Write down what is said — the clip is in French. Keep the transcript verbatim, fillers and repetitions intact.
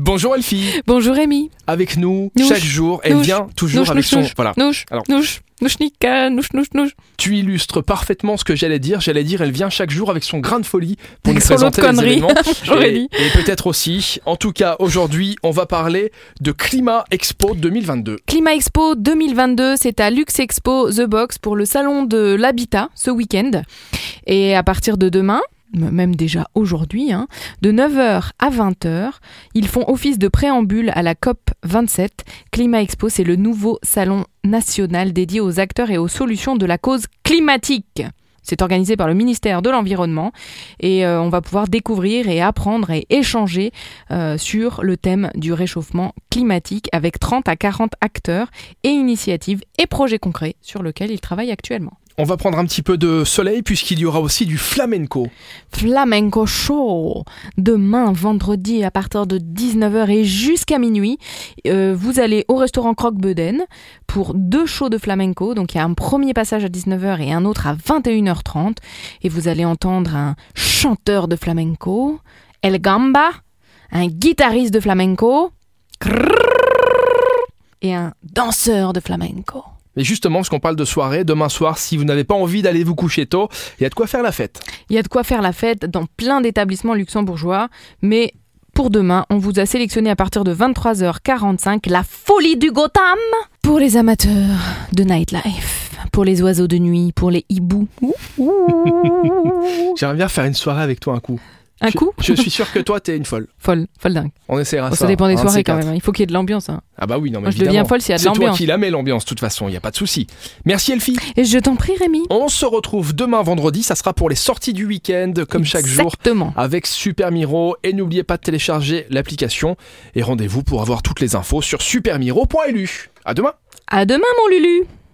Bonjour Elfie. Bonjour Rémi. Avec nous, Nouche. chaque jour, elle Nouche. vient toujours Nouche, avec nouche, son... nouche. Voilà. Nouche, Alors. nouche, nouche, nica, nouche, nouche, nouche. Tu illustres parfaitement ce que j'allais dire. J'allais dire, elle vient chaque jour avec son grain de folie pour nous Son lot de présenter les conneries. événements. J'aurais et, dit. et peut-être aussi, en tout cas aujourd'hui, on va parler de Climat Expo deux mille vingt-deux. Climat Expo deux mille vingt-deux, c'est à Luxe Expo The Box pour le salon de l'habitat ce week-end. Et à partir de demain, même déjà aujourd'hui, hein, de neuf heures à vingt heures, ils font office de préambule à la C O P vingt-sept. Climat Expo, c'est le nouveau salon national dédié aux acteurs et aux solutions de la cause climatique. C'est organisé par le ministère de l'Environnement et euh, on va pouvoir découvrir et apprendre et échanger euh, sur le thème du réchauffement climatique avec trente à quarante acteurs et initiatives et projets concrets sur lesquels ils travaillent actuellement. On va prendre un petit peu de soleil puisqu'il y aura aussi du flamenco. Flamenco Show, demain vendredi à partir de dix-neuf heures et jusqu'à minuit. Euh, vous allez au restaurant Croque-Beuden pour deux shows de flamenco. Donc il y a un premier passage à dix-neuf heures et un autre à vingt et une heures trente. Et vous allez entendre un chanteur de flamenco, El Gamba, un guitariste de flamenco et un danseur de flamenco. Et justement, parce qu'on parle de soirée, demain soir, si vous n'avez pas envie d'aller vous coucher tôt, il y a de quoi faire la fête. Il y a de quoi faire la fête dans plein d'établissements luxembourgeois, mais pour demain, on vous a sélectionné à partir de vingt-trois heures quarante-cinq la folie du Gotham pour les amateurs de nightlife, pour les oiseaux de nuit, pour les hiboux. J'aimerais bien faire une soirée avec toi un coup. Un je, coup Je suis sûr que toi, t'es une folle. Folle, folle dingue. On essaiera Bon, ça. ça dépend des un soirées C quand quatre. même, hein. Il faut qu'il y ait de l'ambiance. Hein. Ah bah oui, non mais Moi, je évidemment. deviens folle s'il y a de C'est toi l'ambiance. qui la mets l'ambiance, de toute façon, il n'y a pas de souci. Merci Elfie. Et je t'en prie Rémi. On se retrouve demain vendredi, ça sera pour les sorties du week-end, comme chaque jour, Exactement. avec Super Miro. Et n'oubliez pas de télécharger l'application. Et rendez-vous pour avoir toutes les infos sur super miro point l u. À demain. À demain mon Lulu.